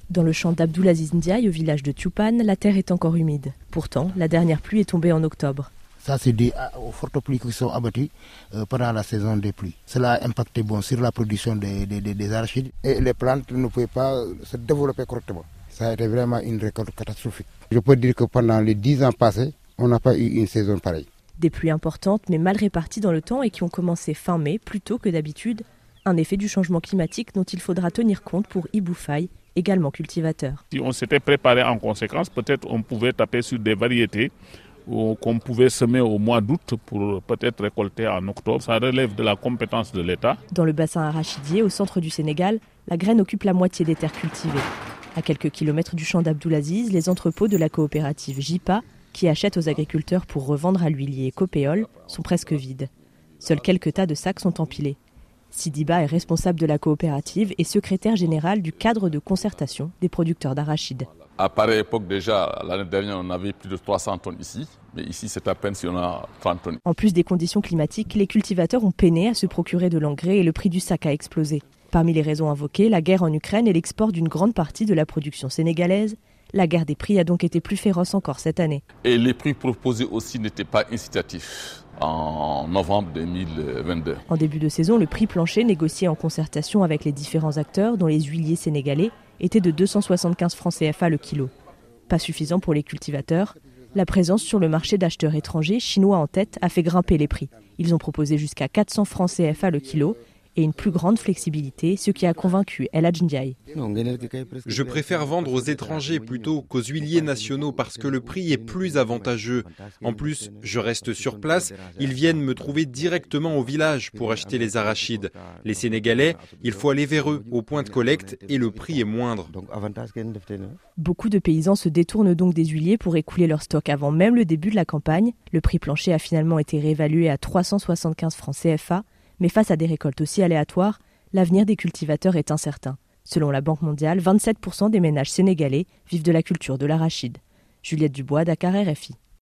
Dans le champ d'Abdoulaziz Ndiaye, au village de Tioupane, la terre est encore humide. Pourtant, la dernière pluie est tombée en octobre. Ça, c'est dû aux fortes pluies qui sont abattues pendant la saison des pluies. Cela a impacté sur la production des arachides et les plantes ne pouvaient pas se développer correctement. Ça a été vraiment une récolte catastrophique. Je peux dire que pendant les 10 ans passés, on n'a pas eu une saison pareille. Des pluies importantes mais mal réparties dans le temps et qui ont commencé fin mai plutôt que d'habitude. Un effet du changement climatique dont il faudra tenir compte pour Ibou Faye, également cultivateur. Si on s'était préparé en conséquence, peut-être on pouvait taper sur des variétés qu'on pouvait semer au mois d'août pour peut-être récolter en octobre. Ça relève de la compétence de l'État. Dans le bassin arachidier, au centre du Sénégal, la graine occupe la moitié des terres cultivées. À quelques kilomètres du champ d'Abdoulaziz, les entrepôts de la coopérative JIPA, qui achètent aux agriculteurs pour revendre à l'huilier Copéol, sont presque vides. Seuls quelques tas de sacs sont empilés. Sidiba est responsable de la coopérative et secrétaire général du cadre de concertation des producteurs d'arachides. À pareille époque déjà, l'année dernière, on avait plus de 300 tonnes ici. Mais ici, c'est à peine si on a 30 tonnes. En plus des conditions climatiques, les cultivateurs ont peiné à se procurer de l'engrais et le prix du sac a explosé. Parmi les raisons invoquées, la guerre en Ukraine et l'export d'une grande partie de la production sénégalaise. La guerre des prix a donc été plus féroce encore cette année. Et les prix proposés aussi n'étaient pas incitatifs en novembre 2022. En début de saison, le prix plancher négocié en concertation avec les différents acteurs, dont les huiliers sénégalais, était de 275 francs CFA le kilo. Pas suffisant pour les cultivateurs. La présence sur le marché d'acheteurs étrangers, chinois en tête, a fait grimper les prix. Ils ont proposé jusqu'à 400 francs CFA le kilo et une plus grande flexibilité, ce qui a convaincu El Hadj Ndiaye. Je préfère vendre aux étrangers plutôt qu'aux huiliers nationaux parce que le prix est plus avantageux. En plus, je reste sur place, ils viennent me trouver directement au village pour acheter les arachides. Les Sénégalais, il faut aller vers eux au point de collecte et le prix est moindre. Beaucoup de paysans se détournent donc des huiliers pour écouler leur stock avant même le début de la campagne. Le prix plancher a finalement été réévalué à 375 francs CFA. Mais face à des récoltes aussi aléatoires, l'avenir des cultivateurs est incertain. Selon la Banque mondiale, 27% des ménages sénégalais vivent de la culture de l'arachide. Juliette Dubois, Dakar, RFI.